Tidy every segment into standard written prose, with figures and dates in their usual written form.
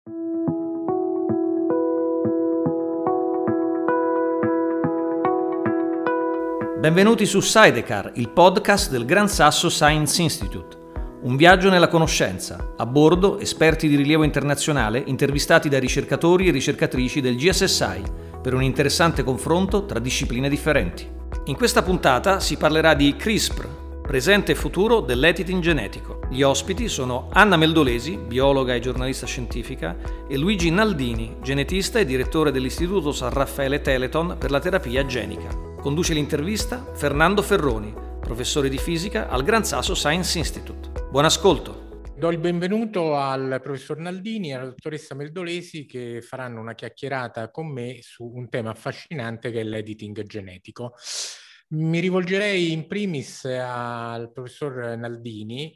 Benvenuti su Sidecar, il podcast del Gran Sasso Science Institute. Un viaggio nella conoscenza, a bordo esperti di rilievo internazionale intervistati da ricercatori e ricercatrici del GSSI per un interessante confronto tra discipline differenti. In questa puntata si parlerà di CRISPR, presente e futuro dell'editing genetico. Gli ospiti sono Anna Meldolesi, biologa e giornalista scientifica, e Luigi Naldini, genetista e direttore dell'Istituto San Raffaele Teleton per la terapia genica. Conduce l'intervista Fernando Ferroni, professore di fisica al Gran Sasso Science Institute. Buon ascolto. Do il benvenuto al professor Naldini e alla dottoressa Meldolesi che faranno una chiacchierata con me su un tema affascinante che è l'editing genetico. Mi rivolgerei in primis al professor Naldini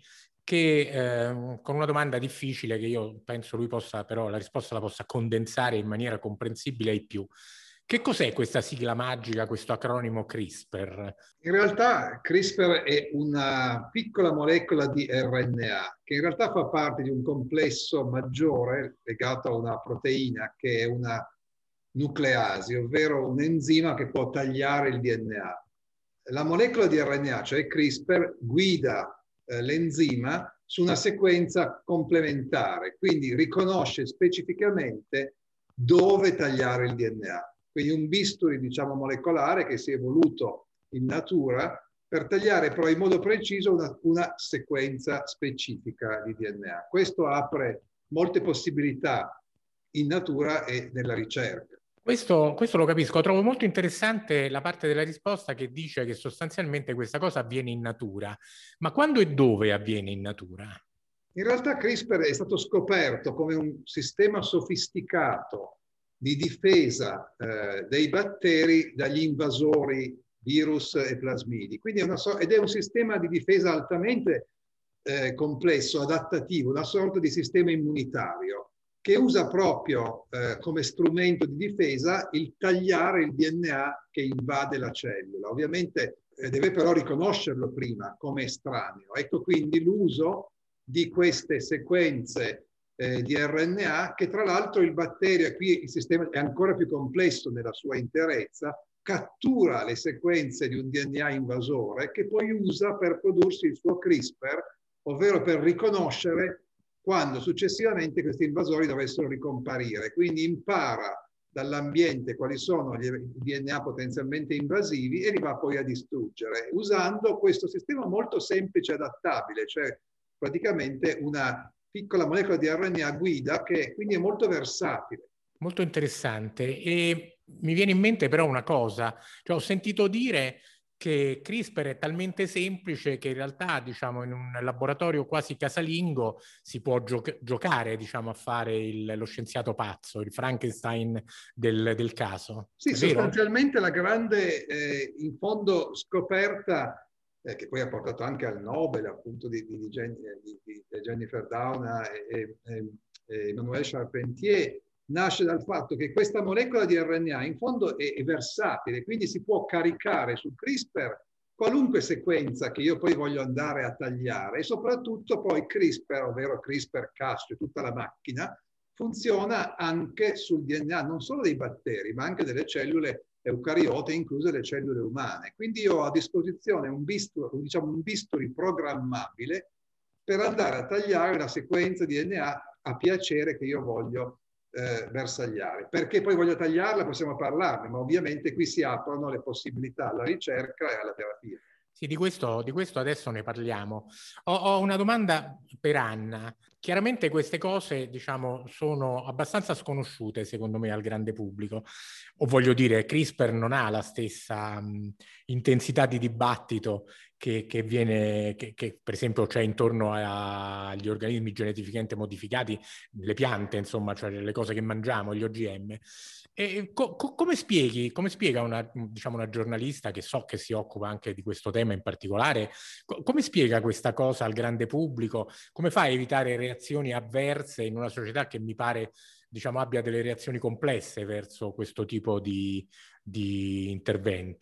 che con una domanda difficile che io penso lui possa, però la risposta la possa condensare in maniera comprensibile ai più. Che cos'è questa sigla magica, questo acronimo CRISPR? In realtà CRISPR è una piccola molecola di RNA che in realtà fa parte di un complesso maggiore legato a una proteina che è una nucleasi, ovvero un enzima che può tagliare il DNA. La molecola di RNA, cioè CRISPR, guida l'enzima su una sequenza complementare, quindi riconosce specificamente dove tagliare il DNA. Quindi un bisturi, diciamo, molecolare che si è evoluto in natura per tagliare però in modo preciso una sequenza specifica di DNA. Questo apre molte possibilità in natura e nella ricerca. Questo lo capisco. Trovo molto interessante la parte della risposta che dice che sostanzialmente questa cosa avviene in natura. Ma quando e dove avviene in natura? In realtà CRISPR è stato scoperto come un sistema sofisticato di difesa dei batteri dagli invasori virus e plasmidi. Quindi ed è un sistema di difesa altamente complesso, adattativo, una sorta di sistema immunitario che usa proprio come strumento di difesa il tagliare il DNA che invade la cellula. Ovviamente deve però riconoscerlo prima come estraneo. Ecco quindi l'uso di queste sequenze di RNA che tra l'altro il batterio, qui il sistema è ancora più complesso nella sua interezza, cattura le sequenze di un DNA invasore che poi usa per prodursi il suo CRISPR, ovvero per riconoscere quando successivamente questi invasori dovessero ricomparire. Quindi impara dall'ambiente quali sono gli DNA potenzialmente invasivi e li va poi a distruggere, usando questo sistema molto semplice e adattabile, cioè praticamente una piccola molecola di RNA guida che quindi è molto versatile. Molto interessante. E mi viene in mente però una cosa, cioè ho sentito dire che CRISPR è talmente semplice che in realtà, diciamo, in un laboratorio quasi casalingo si può giocare, diciamo, a fare lo scienziato pazzo, il Frankenstein del caso. Sì, è sostanzialmente vero? La grande, in fondo, scoperta che poi ha portato anche al Nobel, appunto, di Jennifer Doudna e Emmanuel Charpentier, nasce dal fatto che questa molecola di RNA in fondo è versatile, quindi si può caricare sul CRISPR qualunque sequenza che io poi voglio andare a tagliare e soprattutto poi CRISPR, ovvero CRISPR-Cas, cioè tutta la macchina, funziona anche sul DNA non solo dei batteri ma anche delle cellule eucariote, incluse le cellule umane. Quindi io ho a disposizione un bisturi programmabile per andare a tagliare la sequenza di DNA a piacere che io voglio bersagliare. Perché poi voglio tagliarla possiamo parlarne, ma ovviamente qui si aprono le possibilità alla ricerca e alla terapia. Sì, di questo adesso ne parliamo. Ho una domanda per Anna. Chiaramente queste cose, diciamo, sono abbastanza sconosciute, secondo me, al grande pubblico. O voglio dire, CRISPR non ha la stessa intensità di dibattito che per esempio c'è intorno agli organismi geneticamente modificati, le piante, insomma, cioè le cose che mangiamo, gli OGM. E come spiega una giornalista che so che si occupa anche di questo tema in particolare, come spiega questa cosa al grande pubblico? Come fa a evitare reazioni avverse in una società che mi pare, diciamo, abbia delle reazioni complesse verso questo tipo di interventi?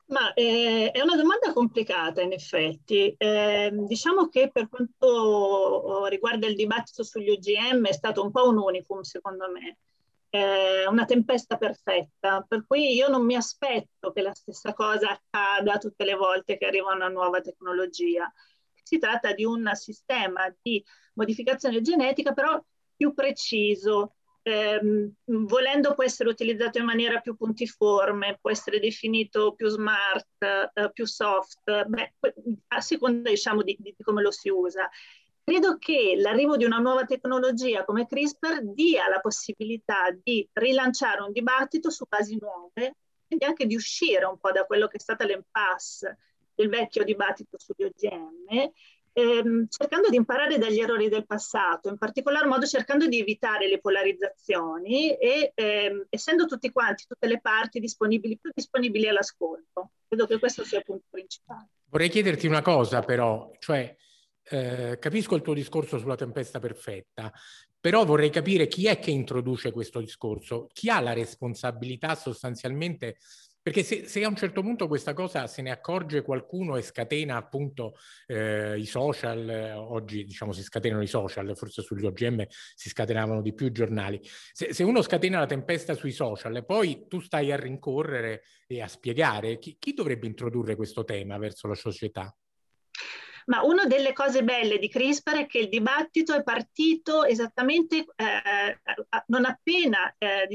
Ma è una domanda complicata in effetti. Diciamo che per quanto riguarda il dibattito sugli OGM è stato un po' un unicum secondo me, una tempesta perfetta, per cui io non mi aspetto che la stessa cosa accada tutte le volte che arriva una nuova tecnologia. Si tratta di un sistema di modificazione genetica però più preciso, volendo può essere utilizzato in maniera più puntiforme, può essere definito più smart, più soft, a seconda diciamo di come lo si usa. Credo che l'arrivo di una nuova tecnologia come CRISPR dia la possibilità di rilanciare un dibattito su basi nuove, quindi anche di uscire un po' da quello che è stata l'impasse del vecchio dibattito sugli OGM, cercando di imparare dagli errori del passato, in particolar modo cercando di evitare le polarizzazioni e essendo tutti quanti, tutte le parti disponibili, più disponibili all'ascolto. Credo che questo sia il punto principale. Vorrei chiederti una cosa però, cioè capisco il tuo discorso sulla tempesta perfetta, però vorrei capire chi è che introduce questo discorso, chi ha la responsabilità sostanzialmente. Perché se a un certo punto questa cosa se ne accorge qualcuno e scatena appunto i social, oggi diciamo si scatenano i social, forse sugli OGM si scatenavano di più i giornali, se uno scatena la tempesta sui social poi tu stai a rincorrere e a spiegare, chi dovrebbe introdurre questo tema verso la società? Ma una delle cose belle di CRISPR è che il dibattito è partito esattamente non appena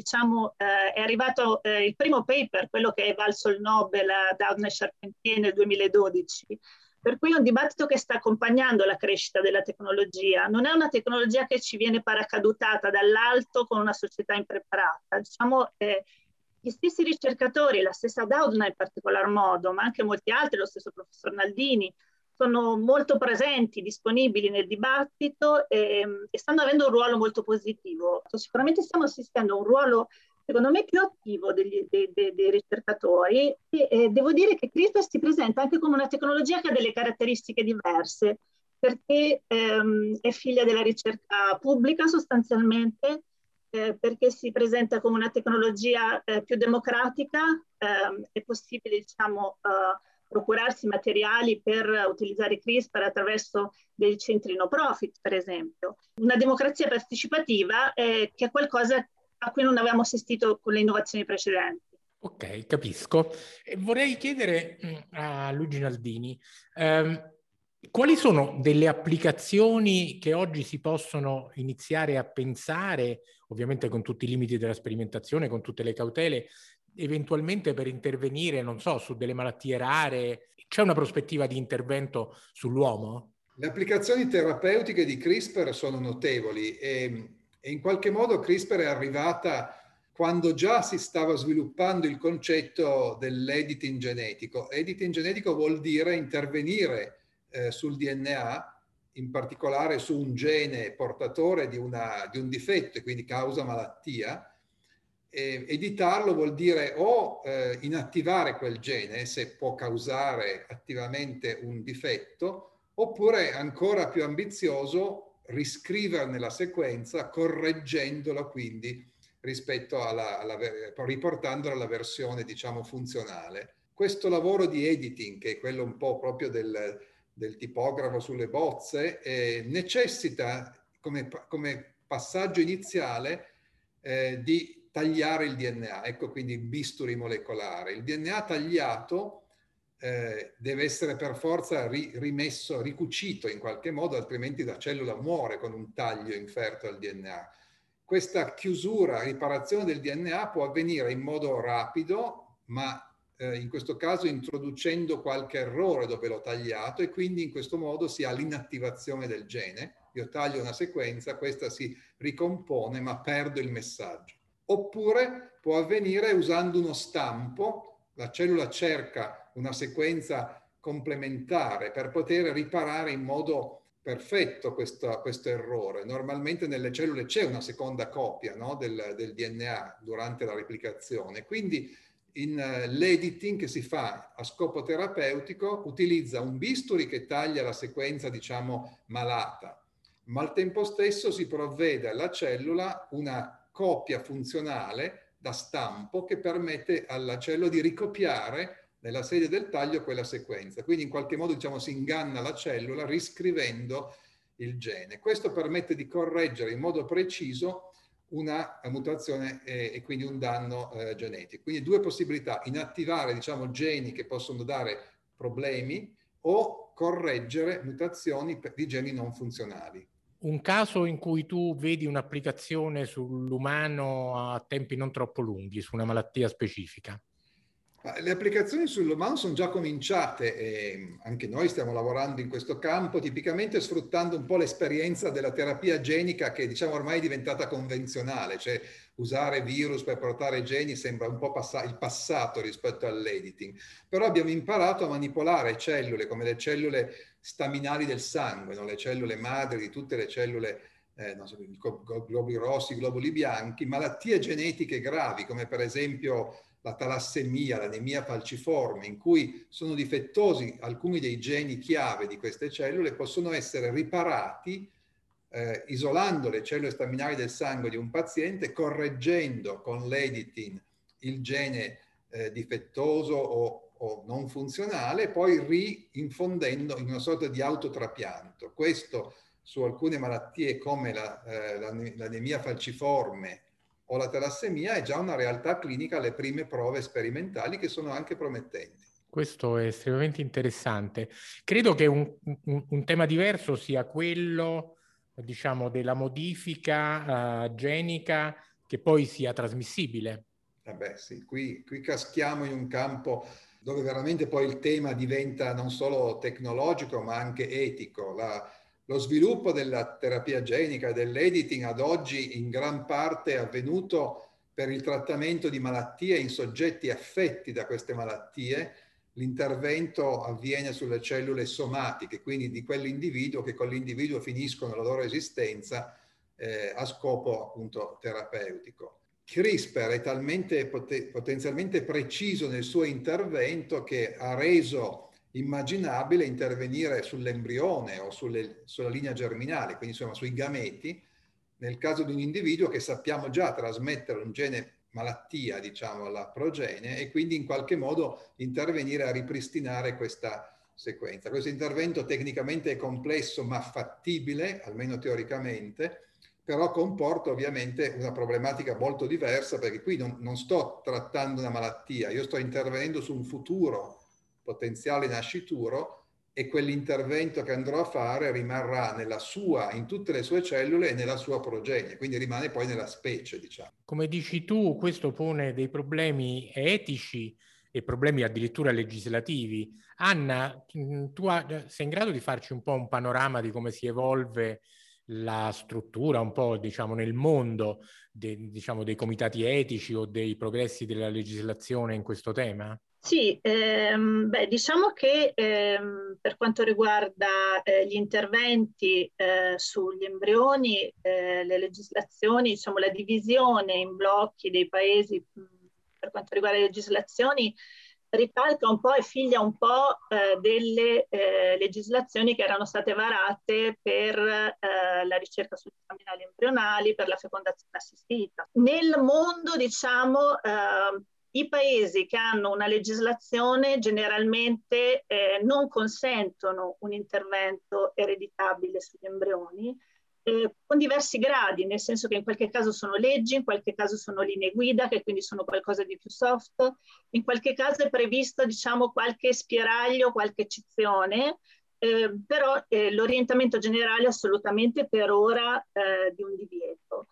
è arrivato il primo paper, quello che è valso il Nobel a Doudna e Charpentier nel 2012. Per cui è un dibattito che sta accompagnando la crescita della tecnologia. Non è una tecnologia che ci viene paracadutata dall'alto con una società impreparata. Gli stessi ricercatori, la stessa Doudna in particolar modo, ma anche molti altri, lo stesso professor Naldini, sono molto presenti, disponibili nel dibattito e stanno avendo un ruolo molto positivo. Sicuramente stiamo assistendo a un ruolo, secondo me, più attivo dei ricercatori e devo dire che CRISPR si presenta anche come una tecnologia che ha delle caratteristiche diverse, perché è figlia della ricerca pubblica sostanzialmente, perché si presenta come una tecnologia più democratica, è possibile, diciamo, procurarsi materiali per utilizzare CRISPR attraverso dei centri no profit, per esempio. Una democrazia partecipativa che è qualcosa a cui non avevamo assistito con le innovazioni precedenti. Ok, capisco. E vorrei chiedere a Luigi Naldini, quali sono delle applicazioni che oggi si possono iniziare a pensare, ovviamente con tutti i limiti della sperimentazione, con tutte le cautele, eventualmente per intervenire, non so, su delle malattie rare? C'è una prospettiva di intervento sull'uomo? Le applicazioni terapeutiche di CRISPR sono notevoli e in qualche modo CRISPR è arrivata quando già si stava sviluppando il concetto dell'editing genetico. Editing genetico vuol dire intervenire sul DNA, in particolare su un gene portatore di un difetto e quindi causa malattia. Editarlo vuol dire o inattivare quel gene se può causare attivamente un difetto, oppure ancora più ambizioso riscriverne la sequenza correggendola quindi rispetto riportandola alla versione diciamo funzionale. Questo lavoro di editing, che è quello un po' proprio del tipografo sulle bozze, necessita come passaggio iniziale di tagliare il DNA, ecco quindi il bisturi molecolare. Il DNA tagliato deve essere per forza rimesso, ricucito in qualche modo, altrimenti la cellula muore con un taglio inferto al DNA. Questa chiusura, riparazione del DNA può avvenire in modo rapido, ma in questo caso introducendo qualche errore dove l'ho tagliato e quindi in questo modo si ha l'inattivazione del gene. Io taglio una sequenza, questa si ricompone ma perdo il messaggio. Oppure può avvenire usando uno stampo, la cellula cerca una sequenza complementare per poter riparare in modo perfetto questo errore. Normalmente nelle cellule c'è una seconda copia, no, del DNA durante la replicazione, quindi l'editing che si fa a scopo terapeutico utilizza un bisturi che taglia la sequenza diciamo malata, ma al tempo stesso si provvede alla cellula una copia funzionale da stampo che permette alla cellula di ricopiare nella sede del taglio quella sequenza. Quindi in qualche modo diciamo si inganna la cellula riscrivendo il gene. Questo permette di correggere in modo preciso una mutazione e quindi un danno genetico. Quindi due possibilità: inattivare diciamo geni che possono dare problemi o correggere mutazioni di geni non funzionali. Un caso in cui tu vedi un'applicazione sull'umano a tempi non troppo lunghi, su una malattia specifica? Le applicazioni sull'umano sono già cominciate e anche noi stiamo lavorando in questo campo, tipicamente sfruttando un po' l'esperienza della terapia genica che diciamo ormai è diventata convenzionale, cioè usare virus per portare geni sembra un po' il passato rispetto all'editing, però abbiamo imparato a manipolare cellule come le cellule staminali del sangue, no? Le cellule madri di tutte le cellule, non so, globuli rossi, globuli bianchi, malattie genetiche gravi come per esempio la talassemia, l'anemia falciforme, in cui sono difettosi alcuni dei geni chiave di queste cellule, possono essere riparati isolando le cellule staminali del sangue di un paziente, correggendo con l'editing il gene difettoso o non funzionale, poi rinfondendo in una sorta di autotrapianto. Questo su alcune malattie come l'anemia falciforme o la talassemia è già una realtà clinica alle prime prove sperimentali che sono anche promettenti. Questo è estremamente interessante. Credo che un tema diverso sia quello, diciamo, della modifica genica che poi sia trasmissibile. Sì, qui caschiamo in un campo dove veramente poi il tema diventa non solo tecnologico ma anche etico. Lo sviluppo della terapia genica e dell'editing ad oggi in gran parte è avvenuto per il trattamento di malattie in soggetti affetti da queste malattie. L'intervento avviene sulle cellule somatiche, quindi di quell'individuo che con l'individuo finiscono la loro esistenza a scopo appunto terapeutico. CRISPR è talmente potenzialmente preciso nel suo intervento che ha reso immaginabile intervenire sull'embrione o sulla linea germinale, quindi insomma sui gameti, nel caso di un individuo che sappiamo già trasmettere un gene malattia, diciamo, alla progenie e quindi in qualche modo intervenire a ripristinare questa sequenza. Questo intervento tecnicamente è complesso ma fattibile, almeno teoricamente, però comporta ovviamente una problematica molto diversa perché qui non sto trattando una malattia, io sto intervenendo su un futuro potenziale nascituro e quell'intervento che andrò a fare rimarrà in tutte le sue cellule e nella sua progenie, quindi rimane poi nella specie, diciamo. Come dici tu, questo pone dei problemi etici e problemi addirittura legislativi. Anna, tu sei in grado di farci un po' un panorama di come si evolve la struttura un po', diciamo, nel mondo diciamo, dei comitati etici o dei progressi della legislazione in questo tema? Sì, diciamo che per quanto riguarda gli interventi sugli embrioni, le legislazioni, diciamo la divisione in blocchi dei paesi per quanto riguarda le legislazioni ricalca un po' e figlia un po' delle legislazioni che erano state varate per la ricerca sugli staminali embrionali, per la fecondazione assistita. Nel mondo, diciamo, i paesi che hanno una legislazione generalmente non consentono un intervento ereditabile sugli embrioni, con diversi gradi, nel senso che in qualche caso sono leggi, in qualche caso sono linee guida, che quindi sono qualcosa di più soft, in qualche caso è previsto, diciamo, qualche spiraglio, qualche eccezione, però l'orientamento generale è assolutamente per ora di un divieto.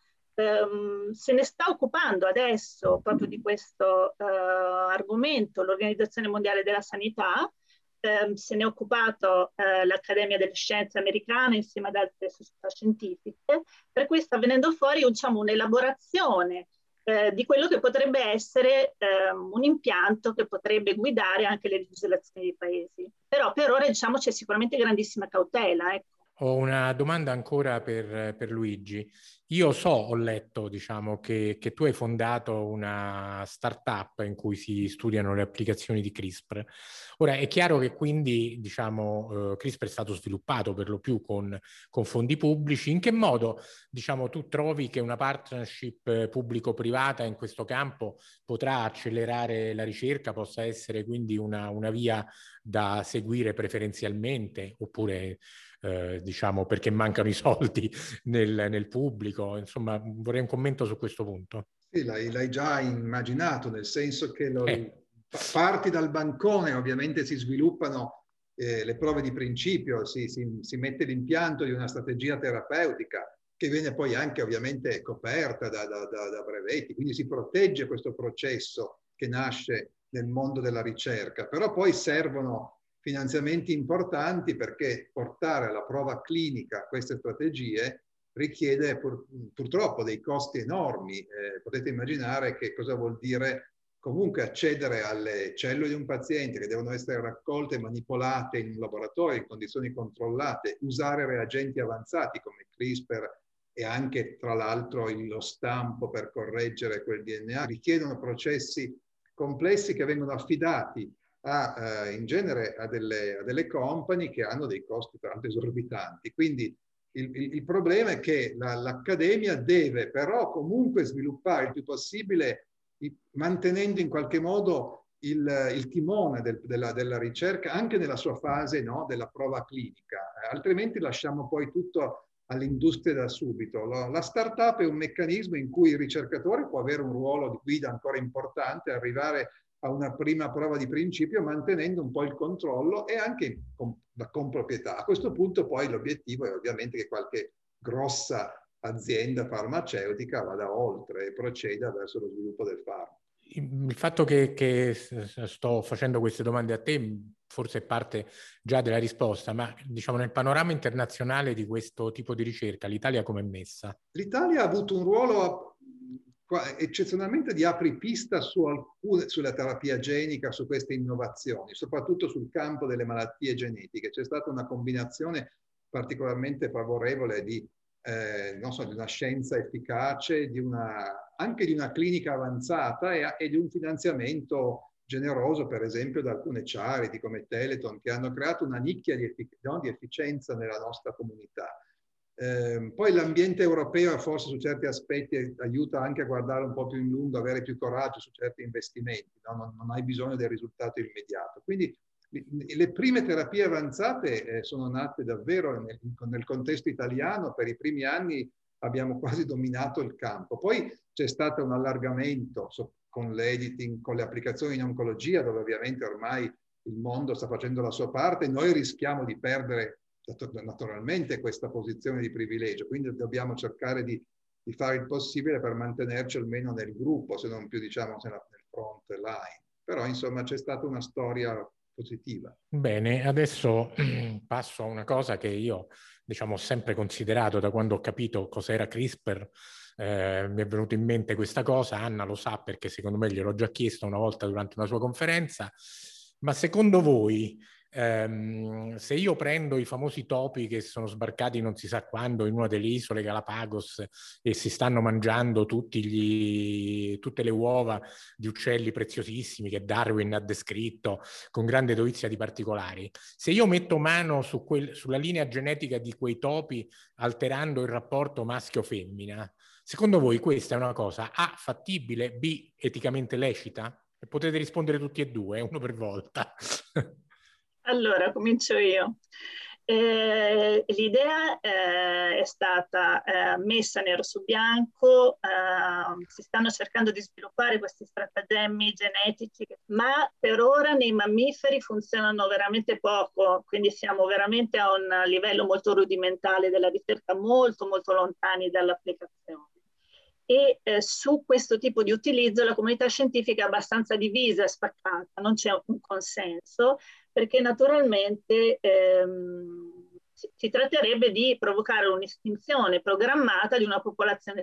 Se ne sta occupando adesso proprio di questo argomento l'Organizzazione Mondiale della Sanità, se ne è occupato l'Accademia delle Scienze americane insieme ad altre società scientifiche, per cui sta venendo fuori, diciamo, un'elaborazione di quello che potrebbe essere un impianto che potrebbe guidare anche le legislazioni dei paesi. Però per ora, diciamo, c'è sicuramente grandissima cautela, ecco. Ho una domanda ancora per Luigi. Io ho letto, diciamo, che tu hai fondato una startup in cui si studiano le applicazioni di CRISPR. Ora, è chiaro che quindi, diciamo, CRISPR è stato sviluppato per lo più con fondi pubblici. In che modo, diciamo, tu trovi che una partnership pubblico-privata in questo campo potrà accelerare la ricerca, possa essere quindi una via da seguire preferenzialmente, oppure diciamo perché mancano i soldi nel pubblico? Insomma, vorrei un commento su questo punto. Sì, l'hai già immaginato, nel senso che Eh. parti dal bancone, ovviamente si sviluppano le prove di principio, si mette l'impianto di una strategia terapeutica che viene poi anche ovviamente coperta da brevetti, quindi si protegge questo processo che nasce nel mondo della ricerca, però poi servono finanziamenti importanti perché portare alla prova clinica queste strategie richiede purtroppo dei costi enormi. Potete immaginare che cosa vuol dire comunque accedere alle cellule di un paziente che devono essere raccolte e manipolate in un laboratorio in condizioni controllate, usare reagenti avanzati come CRISPR e anche tra l'altro lo stampo per correggere quel DNA, richiedono processi complessi che vengono affidati in genere a delle company che hanno dei costi tra l'altro esorbitanti. Quindi il problema è che l'accademia deve però comunque sviluppare il più possibile, mantenendo in qualche modo il timone della ricerca anche nella sua fase, no, della prova clinica, altrimenti lasciamo poi tutto all'industria da subito. La startup è un meccanismo in cui il ricercatore può avere un ruolo di guida ancora importante, arrivare a una prima prova di principio mantenendo un po' il controllo e anche con proprietà. A questo punto poi l'obiettivo è ovviamente che qualche grossa azienda farmaceutica vada oltre e proceda verso lo sviluppo del farmaco. Il fatto che sto facendo queste domande a te forse è parte già della risposta, ma diciamo nel panorama internazionale di questo tipo di ricerca, l'Italia come è messa? L'Italia ha avuto un ruolo eccezionalmente di apripista sulla terapia genica, su queste innovazioni, soprattutto sul campo delle malattie genetiche. C'è stata una combinazione particolarmente favorevole di una scienza efficace, anche di una clinica avanzata e di un finanziamento generoso, per esempio, da alcune charity come Teleton, che hanno creato una nicchia di efficienza nella nostra comunità. Poi l'ambiente europeo forse su certi aspetti aiuta anche a guardare un po' più in lungo, avere più coraggio su certi investimenti, no? Non hai bisogno del risultato immediato. Quindi le prime terapie avanzate sono nate davvero nel contesto italiano. Per i primi anni abbiamo quasi dominato il campo. Poi c'è stato un allargamento con l'editing, con le applicazioni in oncologia, dove ovviamente ormai il mondo sta facendo la sua parte. Noi rischiamo di perdere naturalmente questa posizione di privilegio, quindi dobbiamo cercare di fare il possibile per mantenerci almeno nel gruppo, se non più diciamo nel front line. Però insomma c'è stata una storia positiva. Bene, adesso passo a una cosa che io diciamo ho sempre considerato da quando ho capito cos'era CRISPR. Mi è venuto in mente questa cosa, Anna lo sa perché secondo me gliel'ho già chiesto una volta durante una sua conferenza, ma secondo voi se io prendo i famosi topi che sono sbarcati non si sa quando in una delle isole Galapagos e si stanno mangiando tutte le uova di uccelli preziosissimi che Darwin ha descritto con grande dovizia di particolari, se io metto mano sulla linea genetica di quei topi alterando il rapporto maschio-femmina, secondo voi questa è una cosa A, fattibile, B, eticamente lecita? E potete rispondere tutti e due, uno per volta. Allora, comincio io. L'idea è stata messa nero su bianco, si stanno cercando di sviluppare questi stratagemmi genetici, ma per ora nei mammiferi funzionano veramente poco, quindi siamo veramente a un livello molto rudimentale della ricerca, molto molto lontani dall'applicazione. E su questo tipo di utilizzo la comunità scientifica è abbastanza divisa e spaccata, non c'è un consenso, perché naturalmente si tratterebbe di provocare un'estinzione programmata di una popolazione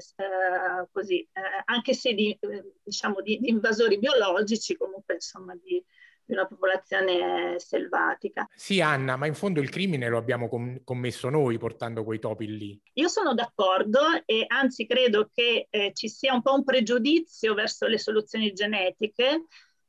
così, anche se diciamo di invasori biologici, comunque insomma di di una popolazione selvatica. Sì, Anna, ma in fondo il crimine lo abbiamo commesso noi portando quei topi lì. Io sono d'accordo e anzi credo che ci sia un po' un pregiudizio verso le soluzioni genetiche,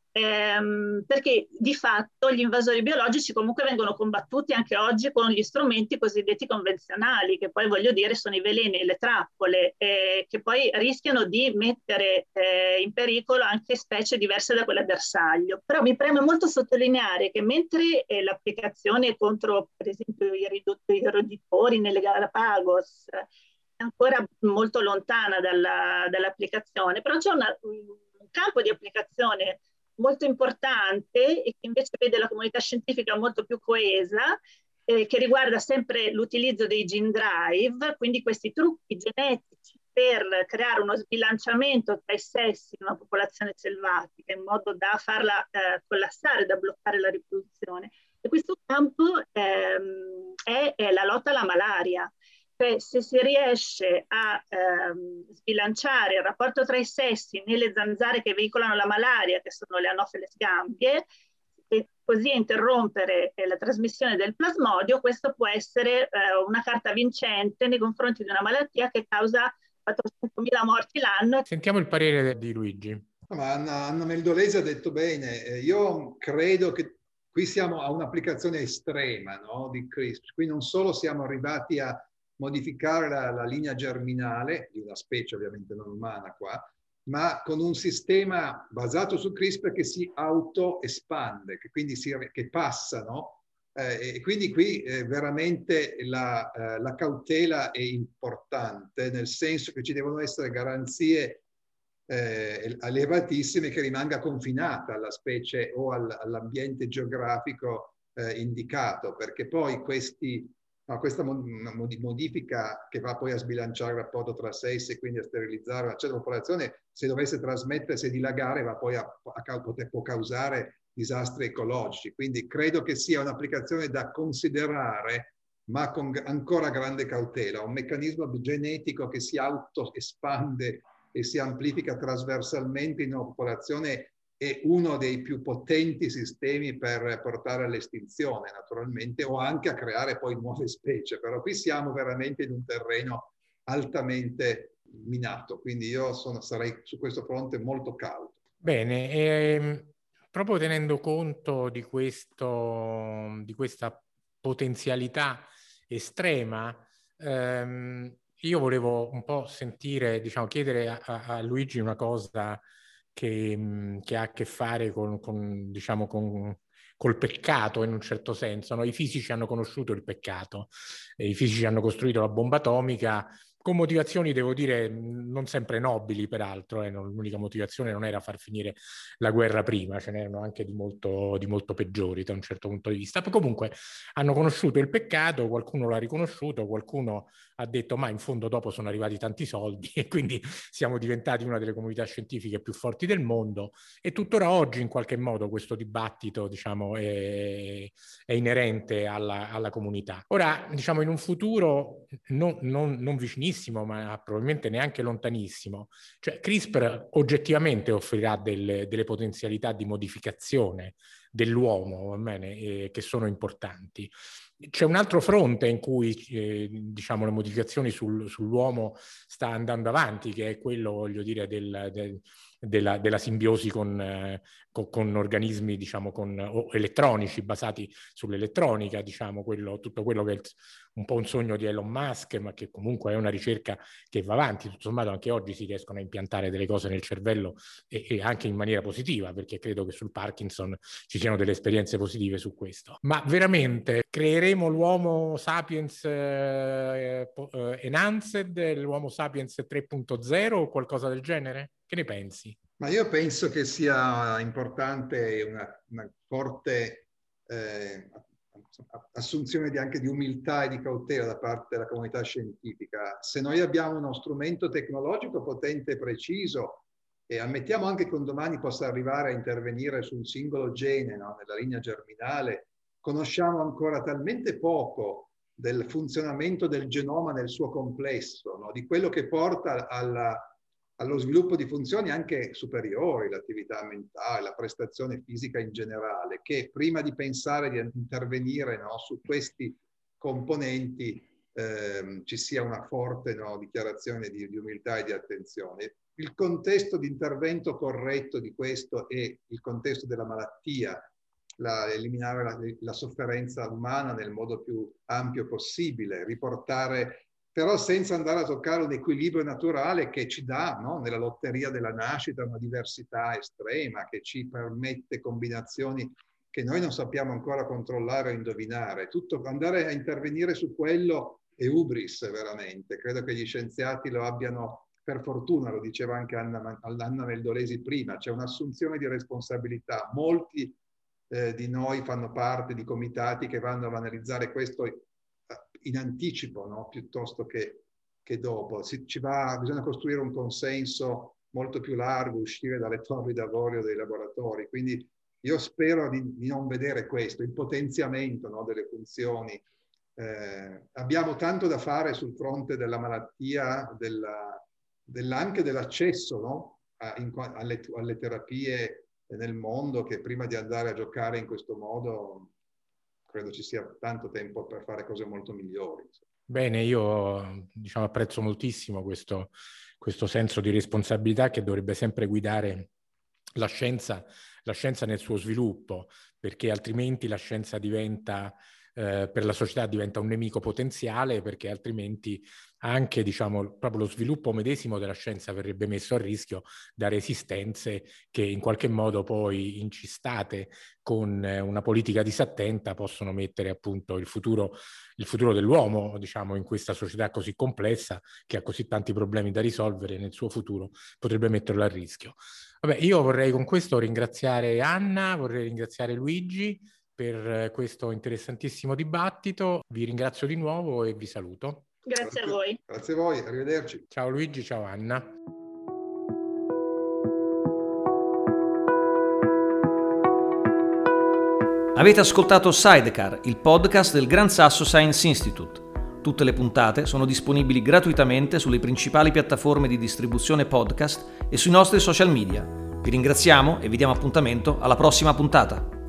perché di fatto gli invasori biologici comunque vengono combattuti anche oggi con gli strumenti cosiddetti convenzionali, che poi voglio dire sono i veleni e le trappole, che poi rischiano di mettere in pericolo anche specie diverse da quella bersaglio. Però mi preme molto sottolineare che mentre l'applicazione contro per esempio i roditori nelle Galapagos è ancora molto lontana dall'applicazione, però c'è un campo di applicazione molto importante e che invece vede la comunità scientifica molto più coesa, che riguarda sempre l'utilizzo dei gene drive, quindi questi trucchi genetici per creare uno sbilanciamento tra i sessi in una popolazione selvatica in modo da farla collassare, da bloccare la riproduzione. E questo campo è la lotta alla malaria. Cioè, se si riesce a sbilanciare il rapporto tra i sessi nelle zanzare che veicolano la malaria, che sono le Anopheles gambie, e così interrompere la trasmissione del plasmodio, questo può essere una carta vincente nei confronti di una malattia che causa 400.000 morti l'anno. Sentiamo il parere di Luigi. Ma Anna Meldolese ha detto bene, io credo che qui siamo a un'applicazione estrema, no, di CRISPR. Qui non solo siamo arrivati a modificare la linea germinale di una specie ovviamente non umana qua, ma con un sistema basato su CRISPR che si autoespande, che quindi che passa, no? E quindi qui veramente la cautela è importante, nel senso che ci devono essere garanzie elevatissime che rimanga confinata alla specie o all'ambiente geografico indicato, perché poi questa modifica che va poi a sbilanciare il rapporto tra sessi e quindi a sterilizzare una certa popolazione, se dovesse trasmettersi e dilagare, va poi può causare disastri ecologici. Quindi credo che sia un'applicazione da considerare, ma con ancora grande cautela. Un meccanismo genetico che si autoespande e si amplifica trasversalmente in una popolazione è uno dei più potenti sistemi per portare all'estinzione, naturalmente, o anche a creare poi nuove specie. Però qui siamo veramente in un terreno altamente minato, quindi io sarei su questo fronte molto cauto. Bene, proprio tenendo conto di questa potenzialità estrema, io volevo un po' chiedere a Luigi una cosa che ha a che fare col peccato in un certo senso, no? I fisici hanno conosciuto il peccato, i fisici hanno costruito la bomba atomica con motivazioni, devo dire, non sempre nobili, peraltro. L'unica motivazione non era far finire la guerra prima, ce n'erano anche di molto peggiori da un certo punto di vista. Poi comunque hanno conosciuto il peccato, qualcuno l'ha riconosciuto, qualcuno ha detto ma in fondo dopo sono arrivati tanti soldi e quindi siamo diventati una delle comunità scientifiche più forti del mondo, e tuttora oggi in qualche modo questo dibattito, diciamo, è inerente alla comunità. Ora, diciamo, in un futuro non vicinissimo, ma probabilmente neanche lontanissimo, cioè CRISPR oggettivamente offrirà delle potenzialità di modificazione dell'uomo, va bene, che sono importanti. C'è un altro fronte in cui diciamo le modificazioni sull'uomo sta andando avanti, che è quello, voglio dire, della simbiosi con organismi, diciamo, elettronici, basati sull'elettronica, diciamo, tutto quello che è un po' un sogno di Elon Musk, ma che comunque è una ricerca che va avanti. Tutto sommato anche oggi si riescono a impiantare delle cose nel cervello e anche in maniera positiva, perché credo che sul Parkinson ci siano delle esperienze positive su questo. Ma veramente creeremo l'Homo sapiens enhanced, l'Homo sapiens 3.0 o qualcosa del genere? Che ne pensi? Ma io penso che sia importante una forte assunzione anche di umiltà e di cautela da parte della comunità scientifica. Se noi abbiamo uno strumento tecnologico potente e preciso, e ammettiamo anche che un domani possa arrivare a intervenire su un singolo gene, no, nella linea germinale, conosciamo ancora talmente poco del funzionamento del genoma nel suo complesso, no, di quello che porta allo sviluppo di funzioni anche superiori, l'attività mentale, la prestazione fisica in generale, che prima di pensare di intervenire, no, su questi componenti ci sia una forte, no, dichiarazione di umiltà e di attenzione. Il contesto di intervento corretto di questo è il contesto della malattia, eliminare la sofferenza umana nel modo più ampio possibile, riportare, però senza andare a toccare un equilibrio naturale che ci dà, no, nella lotteria della nascita, una diversità estrema che ci permette combinazioni che noi non sappiamo ancora controllare o indovinare. Tutto, andare a intervenire su quello è ubris veramente. Credo che gli scienziati lo abbiano, per fortuna, lo diceva anche Anna Meldolesi prima, c'è un'assunzione di responsabilità. Molti di noi fanno parte di comitati che vanno ad analizzare questo in anticipo, no? Piuttosto che dopo. Bisogna costruire un consenso molto più largo, uscire dalle torri d'avorio dei laboratori. Quindi io spero di non vedere questo, il potenziamento, no, delle funzioni. Abbiamo tanto da fare sul fronte della malattia, anche dell'accesso, no, alle terapie nel mondo, che prima di andare a giocare in questo modo credo ci sia tanto tempo per fare cose molto migliori. Bene, io apprezzo moltissimo questo senso di responsabilità che dovrebbe sempre guidare la scienza nel suo sviluppo, perché altrimenti la scienza diventa, per la società diventa un nemico potenziale, perché altrimenti anche proprio lo sviluppo medesimo della scienza verrebbe messo a rischio da resistenze che in qualche modo poi, incistate con una politica disattenta, possono mettere appunto il futuro dell'uomo, in questa società così complessa, che ha così tanti problemi da risolvere nel suo futuro, potrebbe metterlo a rischio. Vabbè, io vorrei con questo ringraziare Anna, vorrei ringraziare Luigi per questo interessantissimo dibattito. Vi ringrazio di nuovo e vi saluto. Grazie a voi. Grazie a voi, arrivederci. Ciao Luigi, ciao Anna. Avete ascoltato Sidecar, il podcast del Gran Sasso Science Institute. Tutte le puntate sono disponibili gratuitamente sulle principali piattaforme di distribuzione podcast e sui nostri social media. Vi ringraziamo e vi diamo appuntamento alla prossima puntata.